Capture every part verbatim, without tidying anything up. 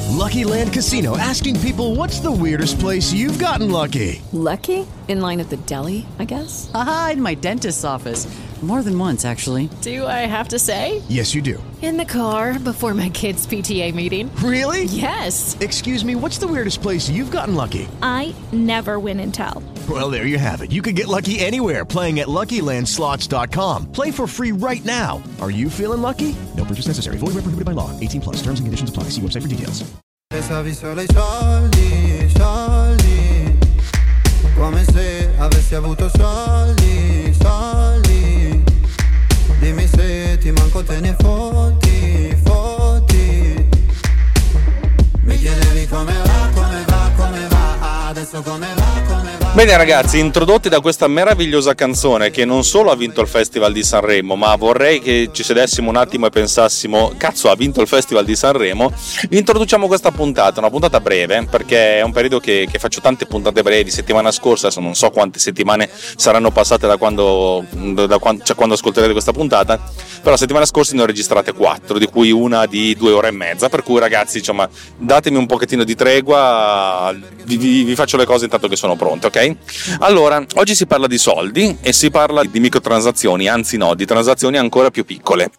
Lucky Land Casino, asking people, what's the weirdest place you've gotten lucky? Lucky? In line at the deli, I guess? Aha, in my dentist's office. More than once, actually. Do I have to say? Yes, you do. In the car before my kids' P T A meeting. Really? Yes. Excuse me, what's the weirdest place you've gotten lucky? I never win and tell. Well, there you have it. You can get lucky anywhere, playing at Lucky Land Slots dot com. Play for free right now. Are you feeling lucky? No purchase necessary. Void where prohibited by law. eighteen plus. Terms and conditions apply. See website for details. Pensavi solo ai soldi, soldi, come se avessi avuto soldi, soldi. Dimmi se ti manco te ne fotti, fotti. Mi chiedevi come va, come va, come va, adesso come va, come va. Bene ragazzi, introdotti da questa meravigliosa canzone che non solo ha vinto il Festival di Sanremo, ma vorrei che ci sedessimo un attimo e pensassimo, cazzo, ha vinto il Festival di Sanremo, introduciamo questa puntata, una puntata breve, perché è un periodo che, che faccio tante puntate brevi. Settimana scorsa, adesso non so quante settimane saranno passate da quando, da quando, cioè quando ascolterete questa puntata, però la settimana scorsa ne ho registrate quattro, di cui una di due ore e mezza, per cui ragazzi, insomma, datemi un pochettino di tregua, vi, vi, vi faccio le cose intanto che sono pronte, ok? Allora, oggi si parla di soldi e si parla di microtransazioni, anzi no, di transazioni ancora più piccole.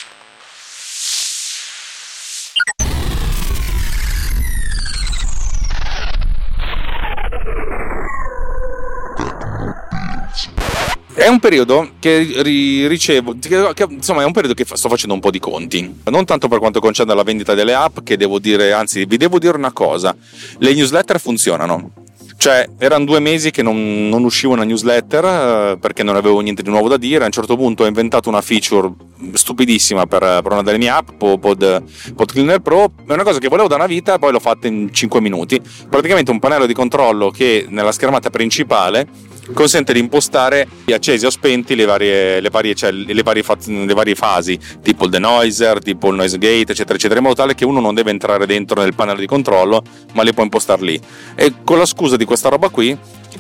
È un periodo che ri- ricevo, che, che, insomma è un periodo che fa, sto facendo un po' di conti, non tanto per quanto concerne la vendita delle app, che devo dire, anzi vi devo dire una cosa, le newsletter funzionano. Cioè, erano due mesi che non, non uscivo una newsletter eh, perché non avevo niente di nuovo da dire. A un certo punto ho inventato una feature stupidissima per, per una delle mie app, Pod, Pod Cleaner Pro. È una cosa che volevo da una vita, poi l'ho fatta in cinque minuti. Praticamente un pannello di controllo che nella schermata principale consente di impostare accesi o spenti le varie, le varie, cioè, le varie, faz- le varie fasi, tipo il denoiser, tipo il noise gate, eccetera, eccetera, in modo tale che uno non deve entrare dentro nel pannello di controllo, ma le può impostare lì. E con la scusa di questa roba qui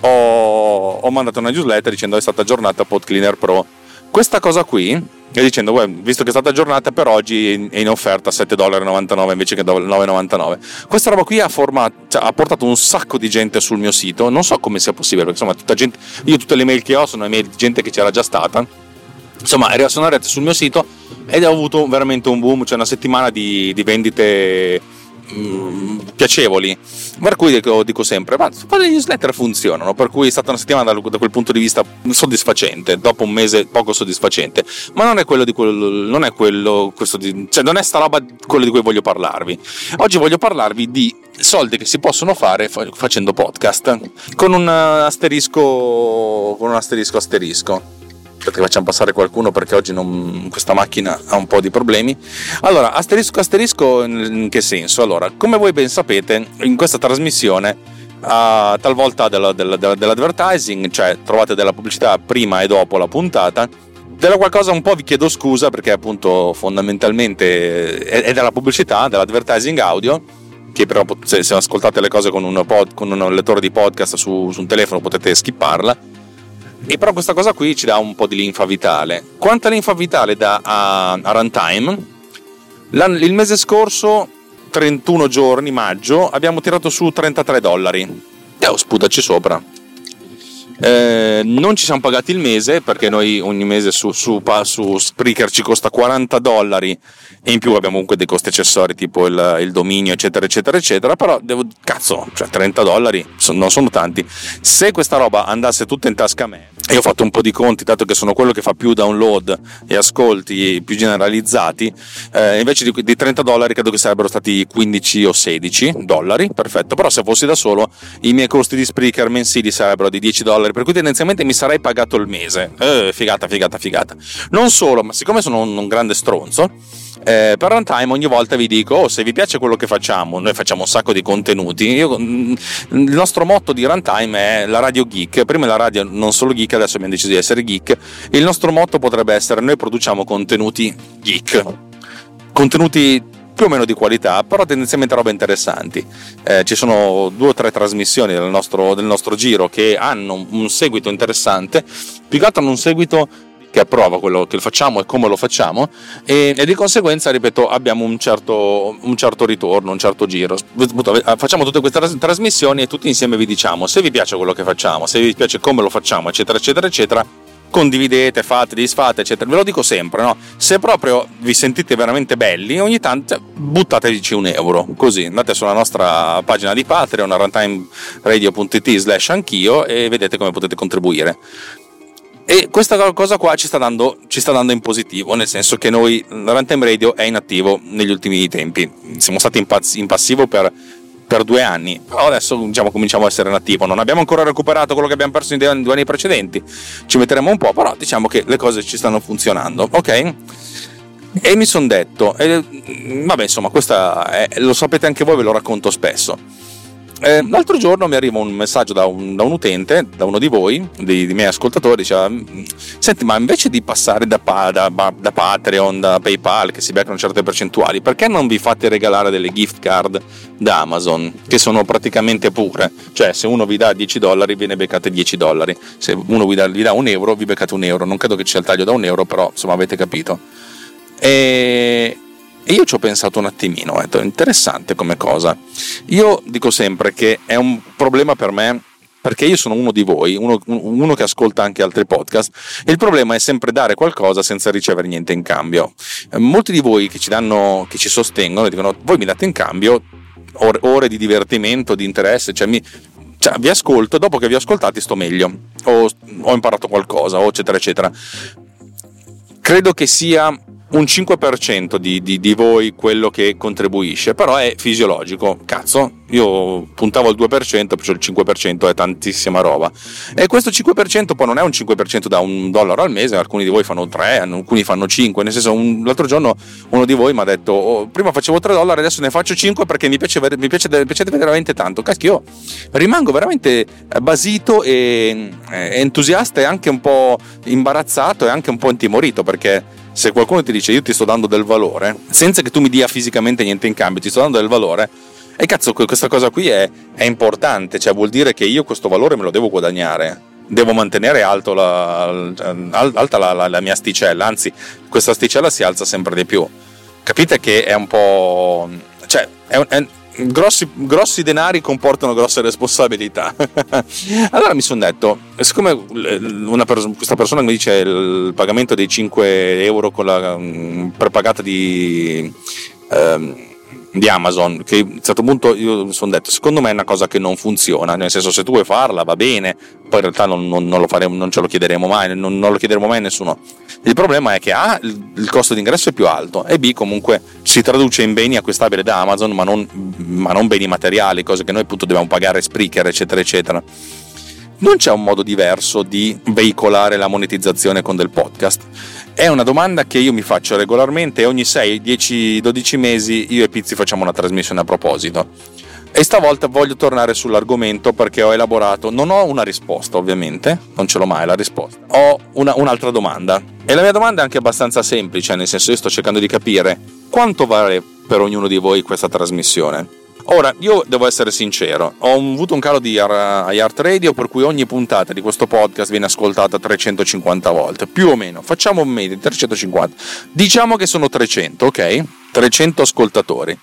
ho, ho mandato una newsletter dicendo è stata aggiornata Pod Cleaner Pro. Questa cosa qui, e dicendo, visto che è stata aggiornata, per oggi è in offerta a sette virgola novantanove dollari invece che nove virgola novantanove. Questa roba qui ha, formato, cioè, ha portato un sacco di gente sul mio sito. Non so come sia possibile, perché insomma tutta gente, io tutte le mail che ho sono email di gente che c'era già stata. Insomma, sono arrivate sul mio sito ed ho avuto veramente un boom, cioè una settimana di, di vendite mh, piacevoli. Per cui dico, dico sempre, ma le newsletter funzionano, per cui è stata una settimana da, da quel punto di vista soddisfacente, dopo un mese poco soddisfacente, ma non è quello di quello, non è quello, questo di, cioè non è sta roba quello di cui voglio parlarvi. Oggi voglio parlarvi di soldi che si possono fare facendo podcast, con un asterisco, con un asterisco asterisco. Perché facciamo passare qualcuno, perché oggi non, questa macchina ha un po' di problemi. Allora, asterisco asterisco in che senso? Allora, come voi ben sapete, in questa trasmissione uh, talvolta della, della, della, dell'advertising, cioè trovate della pubblicità prima e dopo la puntata. Della qualcosa un po' vi chiedo scusa, perché appunto fondamentalmente è, è della pubblicità, dell'advertising audio, che però se, se ascoltate le cose con un, pod, con un lettore di podcast su, su un telefono potete skipparla. E però questa cosa qui ci dà un po' di linfa vitale. Quanta linfa vitale dà a, a Runtime? L'anno, il mese scorso, trentuno giorni, maggio, abbiamo tirato su trentatré dollari. E oh, sputaci sopra. Eh, non ci siamo pagati il mese, perché noi ogni mese su, su, su Spreaker ci costa quaranta dollari, e in più abbiamo comunque dei costi accessori tipo il, il dominio eccetera eccetera eccetera. Però devo, cazzo, cioè trenta dollari son, non sono tanti. Se questa roba andasse tutta in tasca a me, e ho fatto un po' di conti, dato che sono quello che fa più download e ascolti più generalizzati, eh, invece di, di trenta dollari credo che sarebbero stati quindici o sedici dollari, perfetto. Però se fossi da solo i miei costi di Spreaker mensili sarebbero di dieci dollari, per cui tendenzialmente mi sarei pagato il mese. Eh, figata figata figata. Non solo, ma siccome sono un, un grande stronzo, Eh, per Runtime ogni volta vi dico, oh, se vi piace quello che facciamo, noi facciamo un sacco di contenuti. Io, il nostro motto di Runtime è la radio geek. Prima la radio non solo geek, adesso abbiamo deciso di essere geek. Il nostro motto potrebbe essere: noi produciamo contenuti geek, contenuti più o meno di qualità, però tendenzialmente robe interessanti. Eh, ci sono due o tre trasmissioni del nostro, del nostro giro che hanno un seguito interessante, più che altro hanno un seguito che approva quello che facciamo e come lo facciamo, e, e di conseguenza, ripeto, abbiamo un certo, un certo ritorno, un certo giro. Facciamo tutte queste tras- trasmissioni e tutti insieme vi diciamo se vi piace quello che facciamo, se vi piace come lo facciamo, eccetera eccetera eccetera. Condividete, fate, disfate, eccetera. Ve lo dico sempre, no? Se proprio vi sentite veramente belli, ogni tanto buttateci un euro, così andate sulla nostra pagina di Patreon, runtimeradio punto it slash anch'io, e vedete come potete contribuire. E questa cosa qua ci sta dando, ci sta dando in positivo, nel senso che noi, Runtime Radio è in attivo negli ultimi tempi, siamo stati in, paz- in passivo per per due anni, però adesso diciamo, cominciamo a essere in attivo. Non abbiamo ancora recuperato quello che abbiamo perso nei due anni precedenti, ci metteremo un po', però diciamo che le cose ci stanno funzionando, ok? E mi sono detto, eh, vabbè, insomma, questa è, lo sapete anche voi, ve lo racconto spesso. Eh, l'altro giorno mi arriva un messaggio da un, da un utente, da uno di voi, dei, dei miei ascoltatori, diceva: senti, ma invece di passare da, da, da Patreon, da PayPal, che si beccano certe percentuali, perché non vi fate regalare delle gift card da Amazon, che sono praticamente pure? Cioè, se uno vi dà dieci dollari, ve ne beccate dieci dollari, se uno vi dà, vi dà un euro, vi beccate un euro. Non credo che ci sia il taglio da un euro, però insomma avete capito. E... E io ci ho pensato un attimino, ho detto, interessante come cosa. Io dico sempre che è un problema per me, perché io sono uno di voi, uno, uno che ascolta anche altri podcast, e il problema è sempre dare qualcosa senza ricevere niente in cambio. Molti di voi che ci danno, che ci sostengono, dicono: voi mi date in cambio ore, ore di divertimento, di interesse, cioè, mi, cioè vi ascolto, dopo che vi ho ascoltati sto meglio, o ho imparato qualcosa, o eccetera eccetera. Credo che sia un cinque per cento di, di, di voi quello che contribuisce, però è fisiologico. Cazzo, io puntavo al due per cento, perciò il cinque per cento è tantissima roba, e questo cinque per cento poi non è un cinque per cento da un dollaro al mese. Alcuni di voi fanno tre, alcuni fanno cinque, nel senso, un, l'altro giorno uno di voi mi ha detto: oh, prima facevo tre dollari, adesso ne faccio cinque perché mi piace, mi piace, mi piacete veramente tanto. Cacchio, io rimango veramente basito e entusiasta, e anche un po' imbarazzato e anche un po' intimorito, perché se qualcuno ti dice: io ti sto dando del valore, senza che tu mi dia fisicamente niente in cambio, ti sto dando del valore, e cazzo, questa cosa qui è, è importante, cioè vuol dire che io questo valore me lo devo guadagnare, devo mantenere alto la, alta la, la, la mia asticella, anzi questa asticella si alza sempre di più. Capite che è un po', cioè è, è grossi, grossi denari comportano grosse responsabilità. Allora mi sono detto, siccome una pers- questa persona mi dice il pagamento dei cinque euro con la um, prepagata di um, di Amazon, che a un certo punto io mi sono detto: secondo me è una cosa che non funziona, nel senso, se tu vuoi farla va bene, poi in realtà non, non, non lo faremo, non ce lo chiederemo mai, non, non lo chiederemo mai a nessuno. Il problema è che A, il, il costo d'ingresso è più alto, e B, comunque si traduce in beni acquistabili da Amazon, ma non, ma non beni materiali, cose che noi appunto dobbiamo pagare, Spreaker, eccetera eccetera. Non c'è un modo diverso di veicolare la monetizzazione con del podcast? È una domanda che io mi faccio regolarmente, e ogni sei, dieci, dodici mesi io e Pizzi facciamo una trasmissione a proposito. E stavolta voglio tornare sull'argomento perché ho elaborato, non ho una risposta ovviamente, non ce l'ho mai la risposta, ho una, un'altra domanda. E la mia domanda è anche abbastanza semplice, nel senso, io sto cercando di capire quanto vale per ognuno di voi questa trasmissione. Ora, io devo essere sincero, ho avuto un calo di iHeart Radio, per cui ogni puntata di questo podcast viene ascoltata trecentocinquanta volte, più o meno, facciamo un medio di trecentocinquanta, diciamo che sono trecento, ok? trecento ascoltatori.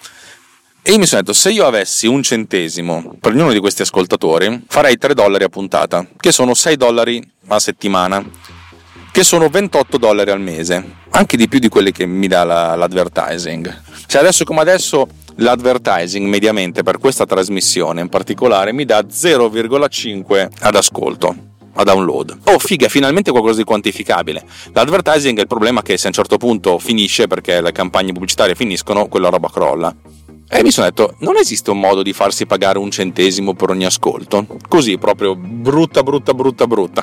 E io mi sono detto, se io avessi un centesimo per ognuno di questi ascoltatori, farei tre dollari a puntata, che sono sei dollari a settimana, che sono ventotto dollari al mese, anche di più di quelli che mi dà la, l'advertising. Cioè adesso come adesso l'advertising mediamente per questa trasmissione in particolare mi dà zero virgola cinque ad ascolto, a download. Oh figa, finalmente qualcosa di quantificabile. L'advertising è il problema che se a un certo punto finisce, perché le campagne pubblicitarie finiscono, quella roba crolla. E mi sono detto, non esiste un modo di farsi pagare un centesimo per ogni ascolto? Così, proprio brutta, brutta, brutta, brutta.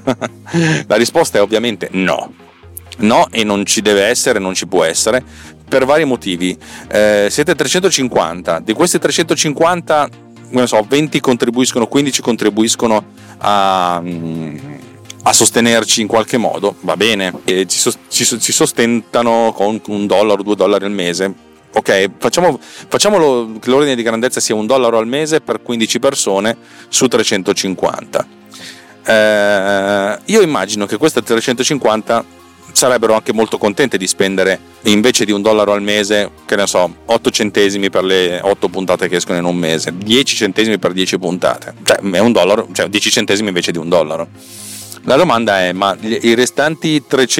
La risposta è ovviamente no. No, e non ci deve essere, non ci può essere, per vari motivi. Eh, siete trecentocinquanta, di questi trecentocinquanta, non so, venti contribuiscono, quindici contribuiscono a, a sostenerci in qualche modo, va bene, e ci, ci, ci sostentano con un dollaro, due dollari al mese. Ok, facciamo, facciamolo che l'ordine di grandezza sia un dollaro al mese per quindici persone su trecentocinquanta. Eh, io immagino che queste trecentocinquanta sarebbero anche molto contente di spendere, invece di un dollaro al mese, che ne so, otto centesimi per le otto puntate che escono in un mese, dieci centesimi per dieci puntate, cioè è un dollaro, cioè dieci centesimi invece di un dollaro. La domanda è: ma i restanti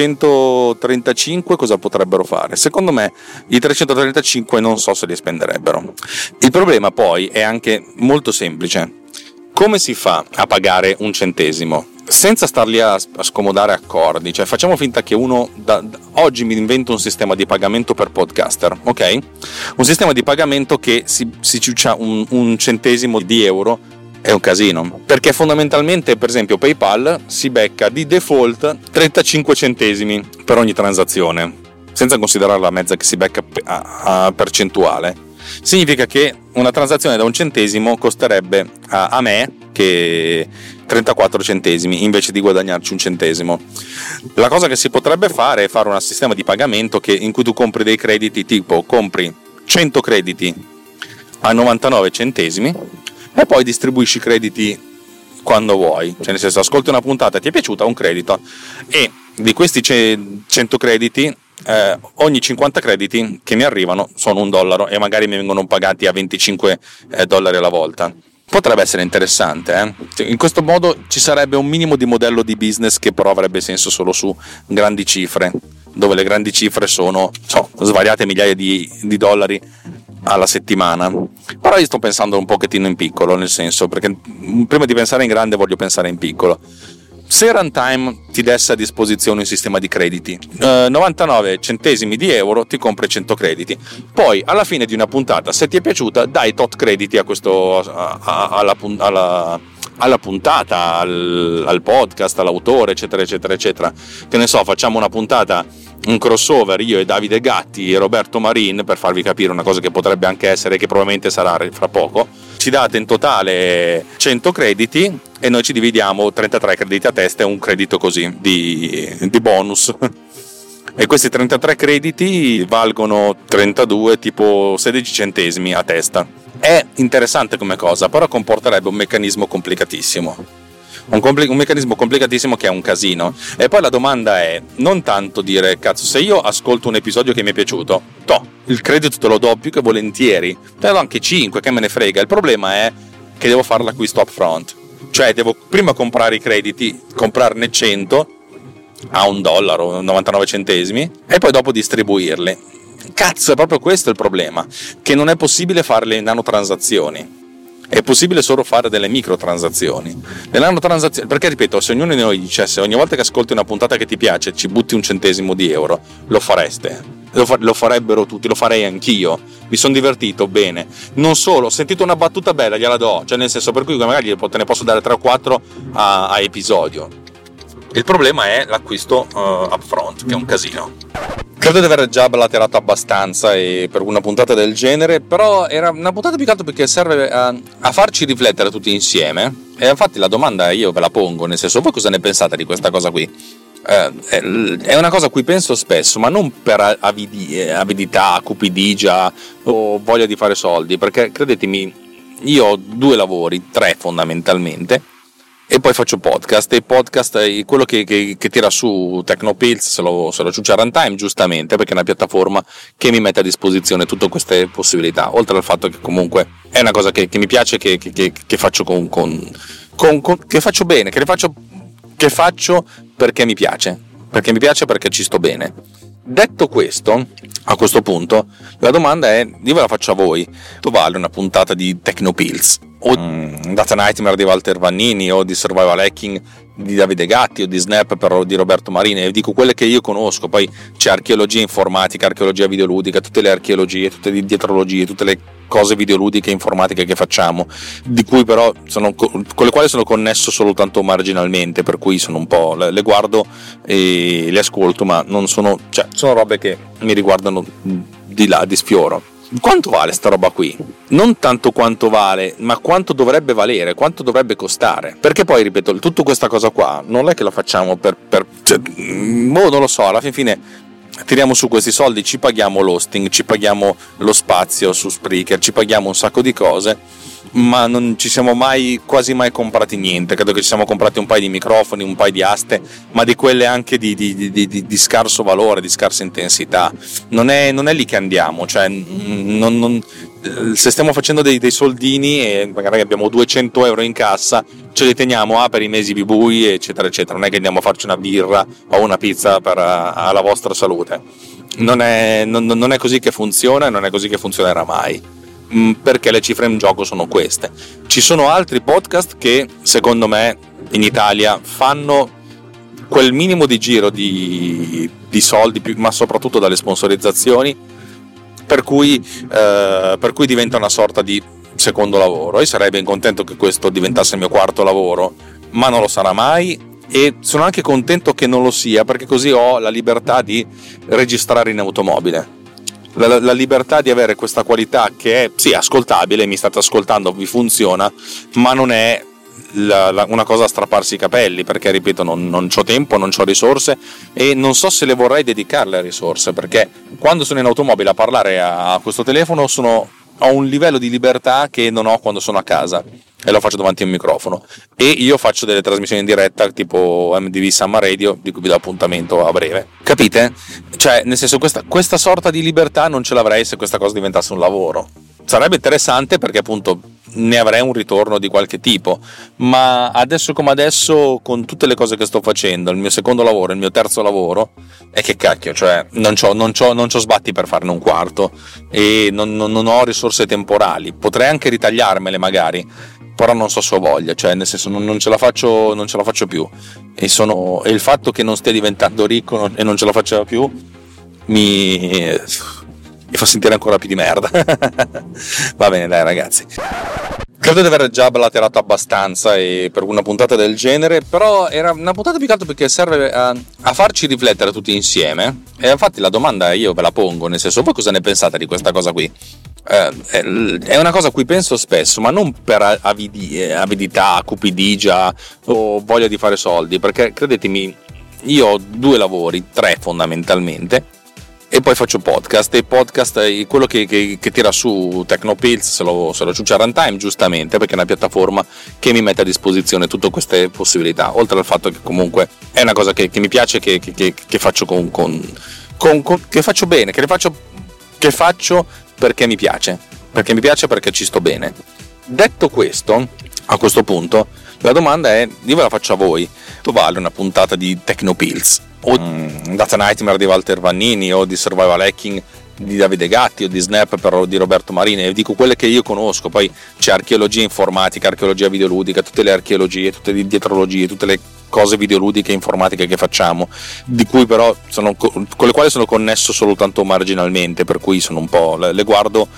trecentotrentacinque cosa potrebbero fare? Secondo me i trecentotrentacinque non so se li spenderebbero. Il problema poi è anche molto semplice: come si fa a pagare un centesimo? Senza starli a, a scomodare accordi, cioè facciamo finta che uno da, da, oggi mi invento un sistema di pagamento per podcaster, ok? Un sistema di pagamento che si, si ciuccia un, un centesimo di euro. È un casino, perché fondamentalmente, per esempio, PayPal si becca di default trentacinque centesimi per ogni transazione, senza considerare la mezza che si becca a, a percentuale. Significa che una transazione da un centesimo costerebbe a, a me che trentaquattro centesimi invece di guadagnarci un centesimo. La cosa che si potrebbe fare è fare un sistema di pagamento che, in cui tu compri dei crediti, tipo compri cento crediti a novantanove centesimi e poi distribuisci crediti quando vuoi, cioè nel senso, ascolti una puntata, ti è piaciuta, un credito, e di questi cento crediti eh, ogni cinquanta crediti che mi arrivano sono un dollaro e magari mi vengono pagati a venticinque eh, dollari alla volta. Potrebbe essere interessante, eh? In questo modo ci sarebbe un minimo di modello di business che però avrebbe senso solo su grandi cifre, dove le grandi cifre sono so, svariate migliaia di, di dollari alla settimana. Però io sto pensando un pochettino in piccolo, nel senso, perché prima di pensare in grande voglio pensare in piccolo. Se Runtime ti desse a disposizione un sistema di crediti, eh, novantanove centesimi di euro ti compri cento crediti, poi alla fine di una puntata, se ti è piaciuta, dai tot crediti a questo a, a, alla, alla, alla puntata, al, al podcast, all'autore, eccetera eccetera eccetera. Che ne so, facciamo una puntata, un crossover, io e Davide Gatti e Roberto Marin, per farvi capire una cosa che potrebbe anche essere, che probabilmente sarà fra poco. Ci date in totale cento crediti e noi ci dividiamo trentatré crediti a testa e un credito così di, di bonus. E questi trentatré crediti valgono trentadue, tipo sedici centesimi a testa. È interessante come cosa, però comporterebbe un meccanismo complicatissimo. Un, compl- un meccanismo complicatissimo che è un casino. E poi la domanda è non tanto dire: cazzo, se io ascolto un episodio che mi è piaciuto, toh, il credito te lo do più che volentieri, te lo do anche cinque, che me ne frega. Il problema è che devo fare l'acquisto upfront, cioè devo prima comprare i crediti, comprarne cento a un dollaro, novantanove centesimi, e poi dopo distribuirli. Cazzo, è proprio questo il problema, che non è possibile fare le nanotransazioni. È possibile solo fare delle microtransazioni. Le nanotransazioni, perché ripeto, se ognuno di noi dicesse ogni volta che ascolti una puntata che ti piace ci butti un centesimo di euro, lo fareste. Lo, fa- lo farebbero tutti, lo farei anch'io. Mi sono divertito bene. Non solo, ho sentito una battuta bella, gliela do, cioè nel senso, per cui magari te ne posso dare tre o quattro a, a episodio. Il problema è l'acquisto uh, upfront, che è un casino. Credo di aver già blaterato abbastanza e per una puntata del genere, però era una puntata più che altro perché serve a, a farci riflettere tutti insieme. E infatti la domanda io ve la pongo, nel senso, voi cosa ne pensate di questa cosa qui? Eh, è una cosa a cui penso spesso, ma non per avidi, avidità, cupidigia o voglia di fare soldi, perché credetemi, io ho due lavori, tre fondamentalmente, e poi faccio podcast, e podcast è quello che, che, che tira su Tecnopills, se lo, se lo ciuccia Runtime, giustamente, perché è una piattaforma che mi mette a disposizione tutte queste possibilità, oltre al fatto che comunque è una cosa che, che mi piace, che, che, che faccio con, con, con, con che faccio bene, che, le faccio, che faccio perché mi piace, perché mi piace perché ci sto bene. Detto questo, a questo punto, la domanda è, io ve la faccio a voi: quanto vale una puntata di Tecnopills? O mm, Data Nightmare di Walter Vannini, o di Survival Hacking di Davide Gatti, o di Snap per, di Roberto Marini? E dico quelle che io conosco, poi c'è archeologia informatica, archeologia videoludica, tutte le archeologie, tutte le dietrologie, tutte le cose videoludiche e informatiche che facciamo, di cui però sono, con le quali sono connesso soltanto marginalmente, per cui sono un po', le, le guardo e le ascolto, ma non sono, cioè sono robe che mi riguardano di là, di sfioro. Quanto vale sta roba qui? Non tanto quanto vale, ma quanto dovrebbe valere, quanto dovrebbe costare. Perché poi, ripeto, tutta questa cosa qua non è che la facciamo per, per cioè, boh, non lo so, alla fin fine tiriamo su questi soldi, ci paghiamo l'hosting, ci paghiamo lo spazio su Spreaker, ci paghiamo un sacco di cose, ma non ci siamo mai, quasi mai comprati niente. Credo che ci siamo comprati un paio di microfoni, un paio di aste, ma di quelle anche di, di, di, di, di scarso valore, di scarsa intensità. Non è, non è lì che andiamo, cioè non, non, se stiamo facendo dei, dei soldini e magari abbiamo duecento euro in cassa, ce li teniamo ah, per i mesi più bui, eccetera eccetera. Non è che andiamo a farci una birra o una pizza per alla vostra salute. Non è, non, non è così che funziona e non è così che funzionerà mai, perché le cifre in gioco sono queste. Ci sono altri podcast che secondo me in Italia fanno quel minimo di giro di, di soldi, ma soprattutto dalle sponsorizzazioni, per cui, eh, per cui diventa una sorta di secondo lavoro. Io sarei ben contento che questo diventasse il mio quarto lavoro, ma non lo sarà mai, e sono anche contento che non lo sia, perché così ho la libertà di registrare in automobile. La, la libertà di avere questa qualità che è sì ascoltabile, mi state ascoltando, vi funziona, ma non è la, la, una cosa a strapparsi i capelli, perché ripeto non, non c'ho tempo, non c'ho risorse e non so se le vorrei dedicare le risorse, perché quando sono in automobile a parlare a, a questo telefono sono ho un livello di libertà che non ho quando sono a casa e lo faccio davanti a un microfono, e io faccio delle trasmissioni in diretta tipo M D V Summer Radio, di cui vi do appuntamento a breve, capite? Cioè nel senso questa, questa sorta di libertà non ce l'avrei se questa cosa diventasse un lavoro. Sarebbe interessante perché appunto ne avrei un ritorno di qualche tipo, ma adesso come adesso, con tutte le cose che sto facendo, il mio secondo lavoro, il mio terzo lavoro, è che cacchio, cioè non c'ho, non c'ho, non c'ho sbatti per farne un quarto e non, non, non ho risorse temporali. Potrei anche ritagliarmele magari, però non so se ho voglia, cioè nel senso non, non ce la faccio, non ce la faccio più, e, sono, e il fatto che non stia diventando ricco e non ce la faccia più mi... mi fa sentire ancora più di merda. Va bene, dai ragazzi, credo di aver già blaterato abbastanza e per una puntata del genere, però era una puntata più che altro perché serve a, a farci riflettere tutti insieme, e infatti la domanda io ve la pongo, nel senso, voi cosa ne pensate di questa cosa qui? Eh, è una cosa a cui penso spesso, ma non per avidi, avidità, cupidigia o voglia di fare soldi, perché credetemi, io ho due lavori, tre fondamentalmente, e poi faccio podcast, e podcast è quello che, che, che tira su Tecnopills, se lo, se lo ciuccia Runtime, giustamente, perché è una piattaforma che mi mette a disposizione tutte queste possibilità, oltre al fatto che comunque è una cosa che, che mi piace, che, che, che faccio con, con, con, con che faccio bene, che faccio, che faccio perché mi piace, perché mi piace perché ci sto bene. Detto questo, a questo punto la domanda è, io ve la faccio a voi: quanto vale una puntata di Tecnopills o mm, Data Nightmare di Walter Vannini, o di Survival Hacking di Davide Gatti, o di Snap per, di Roberto Marini? E dico quelle che io conosco, poi c'è archeologia informatica, archeologia videoludica, tutte le archeologie, tutte le dietrologie, tutte le cose videoludiche e informatiche che facciamo, di cui però sono, con le quali sono connesso soltanto marginalmente, per cui sono un po', le, le guardo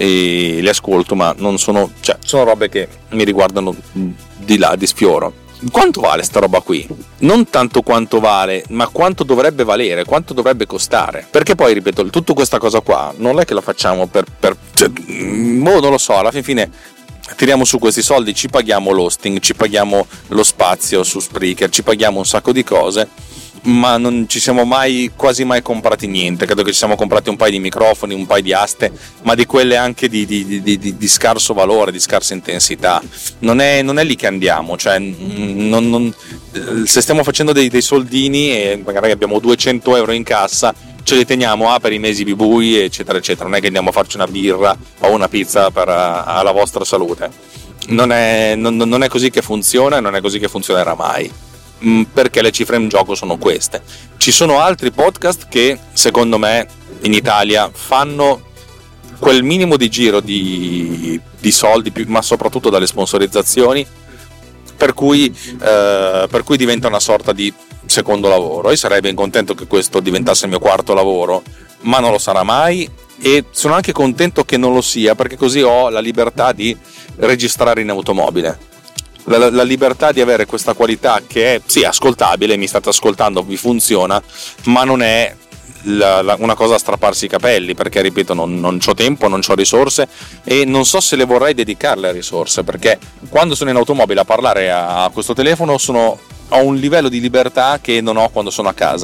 e le ascolto, ma non sono, cioè sono robe che mi riguardano di là, di sfioro. Quanto vale sta roba qui? Non tanto quanto vale, ma quanto dovrebbe valere, quanto dovrebbe costare, perché poi ripeto, tutta questa cosa qua non è che la facciamo per, per cioè, boh, non lo so, alla fin fine tiriamo su questi soldi, ci paghiamo l'hosting, ci paghiamo lo spazio su Spreaker, ci paghiamo un sacco di cose, ma non ci siamo mai, quasi mai comprati niente. Credo che ci siamo comprati un paio di microfoni, un paio di aste, ma di quelle anche di, di, di, di, di scarso valore, di scarsa intensità. Non è, non è lì che andiamo, cioè non, non, se stiamo facendo dei, dei soldini e magari abbiamo duecento euro in cassa, ce li teniamo ah, per i mesi più bui, eccetera eccetera. Non è che andiamo a farci una birra o una pizza per alla vostra salute. Non è, non, non è così che funziona e non è così che funzionerà mai, perché le cifre in gioco sono queste. Ci sono altri podcast che secondo me in Italia fanno quel minimo di giro di, di soldi, ma soprattutto dalle sponsorizzazioni, per cui, eh, per cui diventa una sorta di secondo lavoro. Io sarei ben contento che questo diventasse il mio quarto lavoro, ma non lo sarà mai, e sono anche contento che non lo sia, perché così ho la libertà di registrare in automobile. La, la libertà di avere questa qualità che è sì ascoltabile, mi state ascoltando, vi funziona, ma non è la, la, una cosa a strapparsi i capelli, perché ripeto non, non c'ho tempo, non c'ho risorse e non so se le vorrei dedicare le risorse, perché quando sono in automobile a parlare a, a questo telefono sono, ho un livello di libertà che non ho quando sono a casa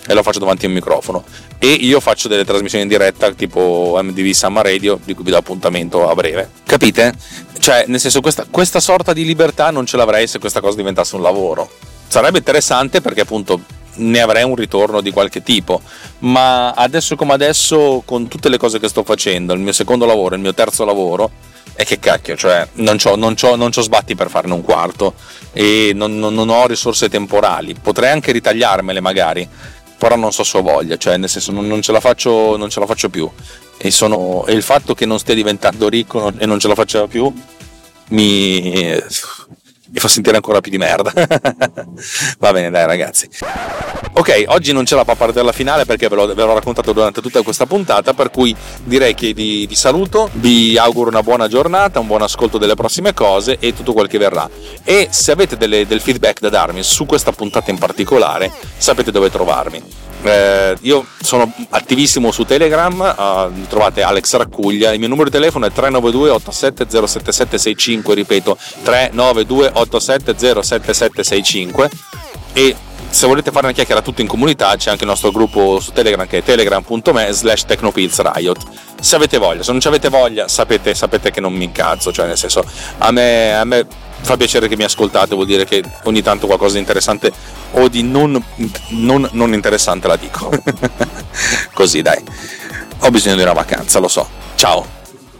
e lo faccio davanti a un microfono, e io faccio delle trasmissioni in diretta tipo M D V Summer Radio, di cui vi do appuntamento a breve, capite? Cioè, nel senso, questa, questa sorta di libertà non ce l'avrei se questa cosa diventasse un lavoro. Sarebbe interessante perché appunto ne avrei un ritorno di qualche tipo, ma adesso come adesso, con tutte le cose che sto facendo, il mio secondo lavoro, il mio terzo lavoro, e che cacchio, cioè non c'ho, non c'ho, non c'ho sbatti per farne un quarto, e non, non, non ho risorse temporali. Potrei anche ritagliarmele magari, però non so se ho voglia, cioè nel senso non, non ce la faccio, non ce la faccio più, e, sono, e il fatto che non stia diventando ricco e non ce la faccia più mi, mi fa sentire ancora più di merda. Va bene, dai ragazzi. Ok, oggi non c'è la papà della finale perché ve l'ho, ve l'ho raccontato durante tutta questa puntata, per cui direi che vi, vi saluto, vi auguro una buona giornata, un buon ascolto delle prossime cose e tutto quel che verrà. E se avete delle, del feedback da darmi su questa puntata in particolare, sapete dove trovarmi. Eh, io sono attivissimo su Telegram, uh, trovate Alex Raccuglia, il mio numero di telefono è tre nove due otto sette zero sette sette sei cinque, ripeto tre nove due otto sette zero sette sette sei cinque, e se volete fare una chiacchiera tutto in comunità c'è anche il nostro gruppo su Telegram che è telegram punto me slash technopillsriot. Se avete voglia, se non ci avete voglia sapete, sapete che non mi incazzo, cioè nel senso a me, a me fa piacere che mi ascoltate, vuol dire che ogni tanto qualcosa di interessante o di non, non, non interessante la dico. Così dai, ho bisogno di una vacanza, lo so. Ciao.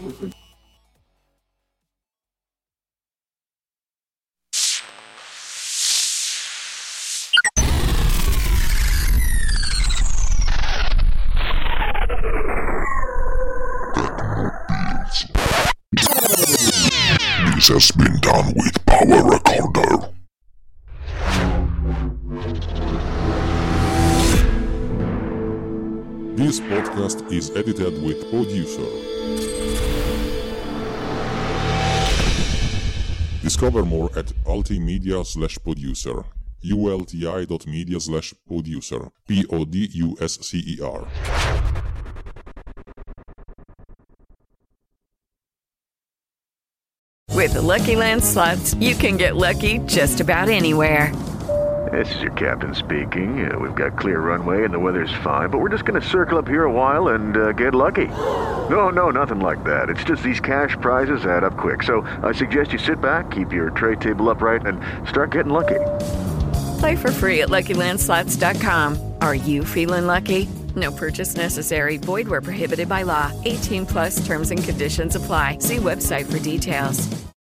This has been done with Power Recorder. This podcast is edited with Producer. Discover more at ultimedia slash producer. ulti.media slash producer. P O D U S C E R. With the Lucky Land Slots, you can get lucky just about anywhere. This is your captain speaking. Uh, we've got clear runway and the weather's fine, but we're just going to circle up here a while and uh, get lucky. No, no, nothing like that. It's just these cash prizes add up quick. So I suggest you sit back, keep your tray table upright, and start getting lucky. Play for free at lucky land slots dot com. Are you feeling lucky? No purchase necessary. Void where prohibited by law. eighteen plus terms and conditions apply. See website for details.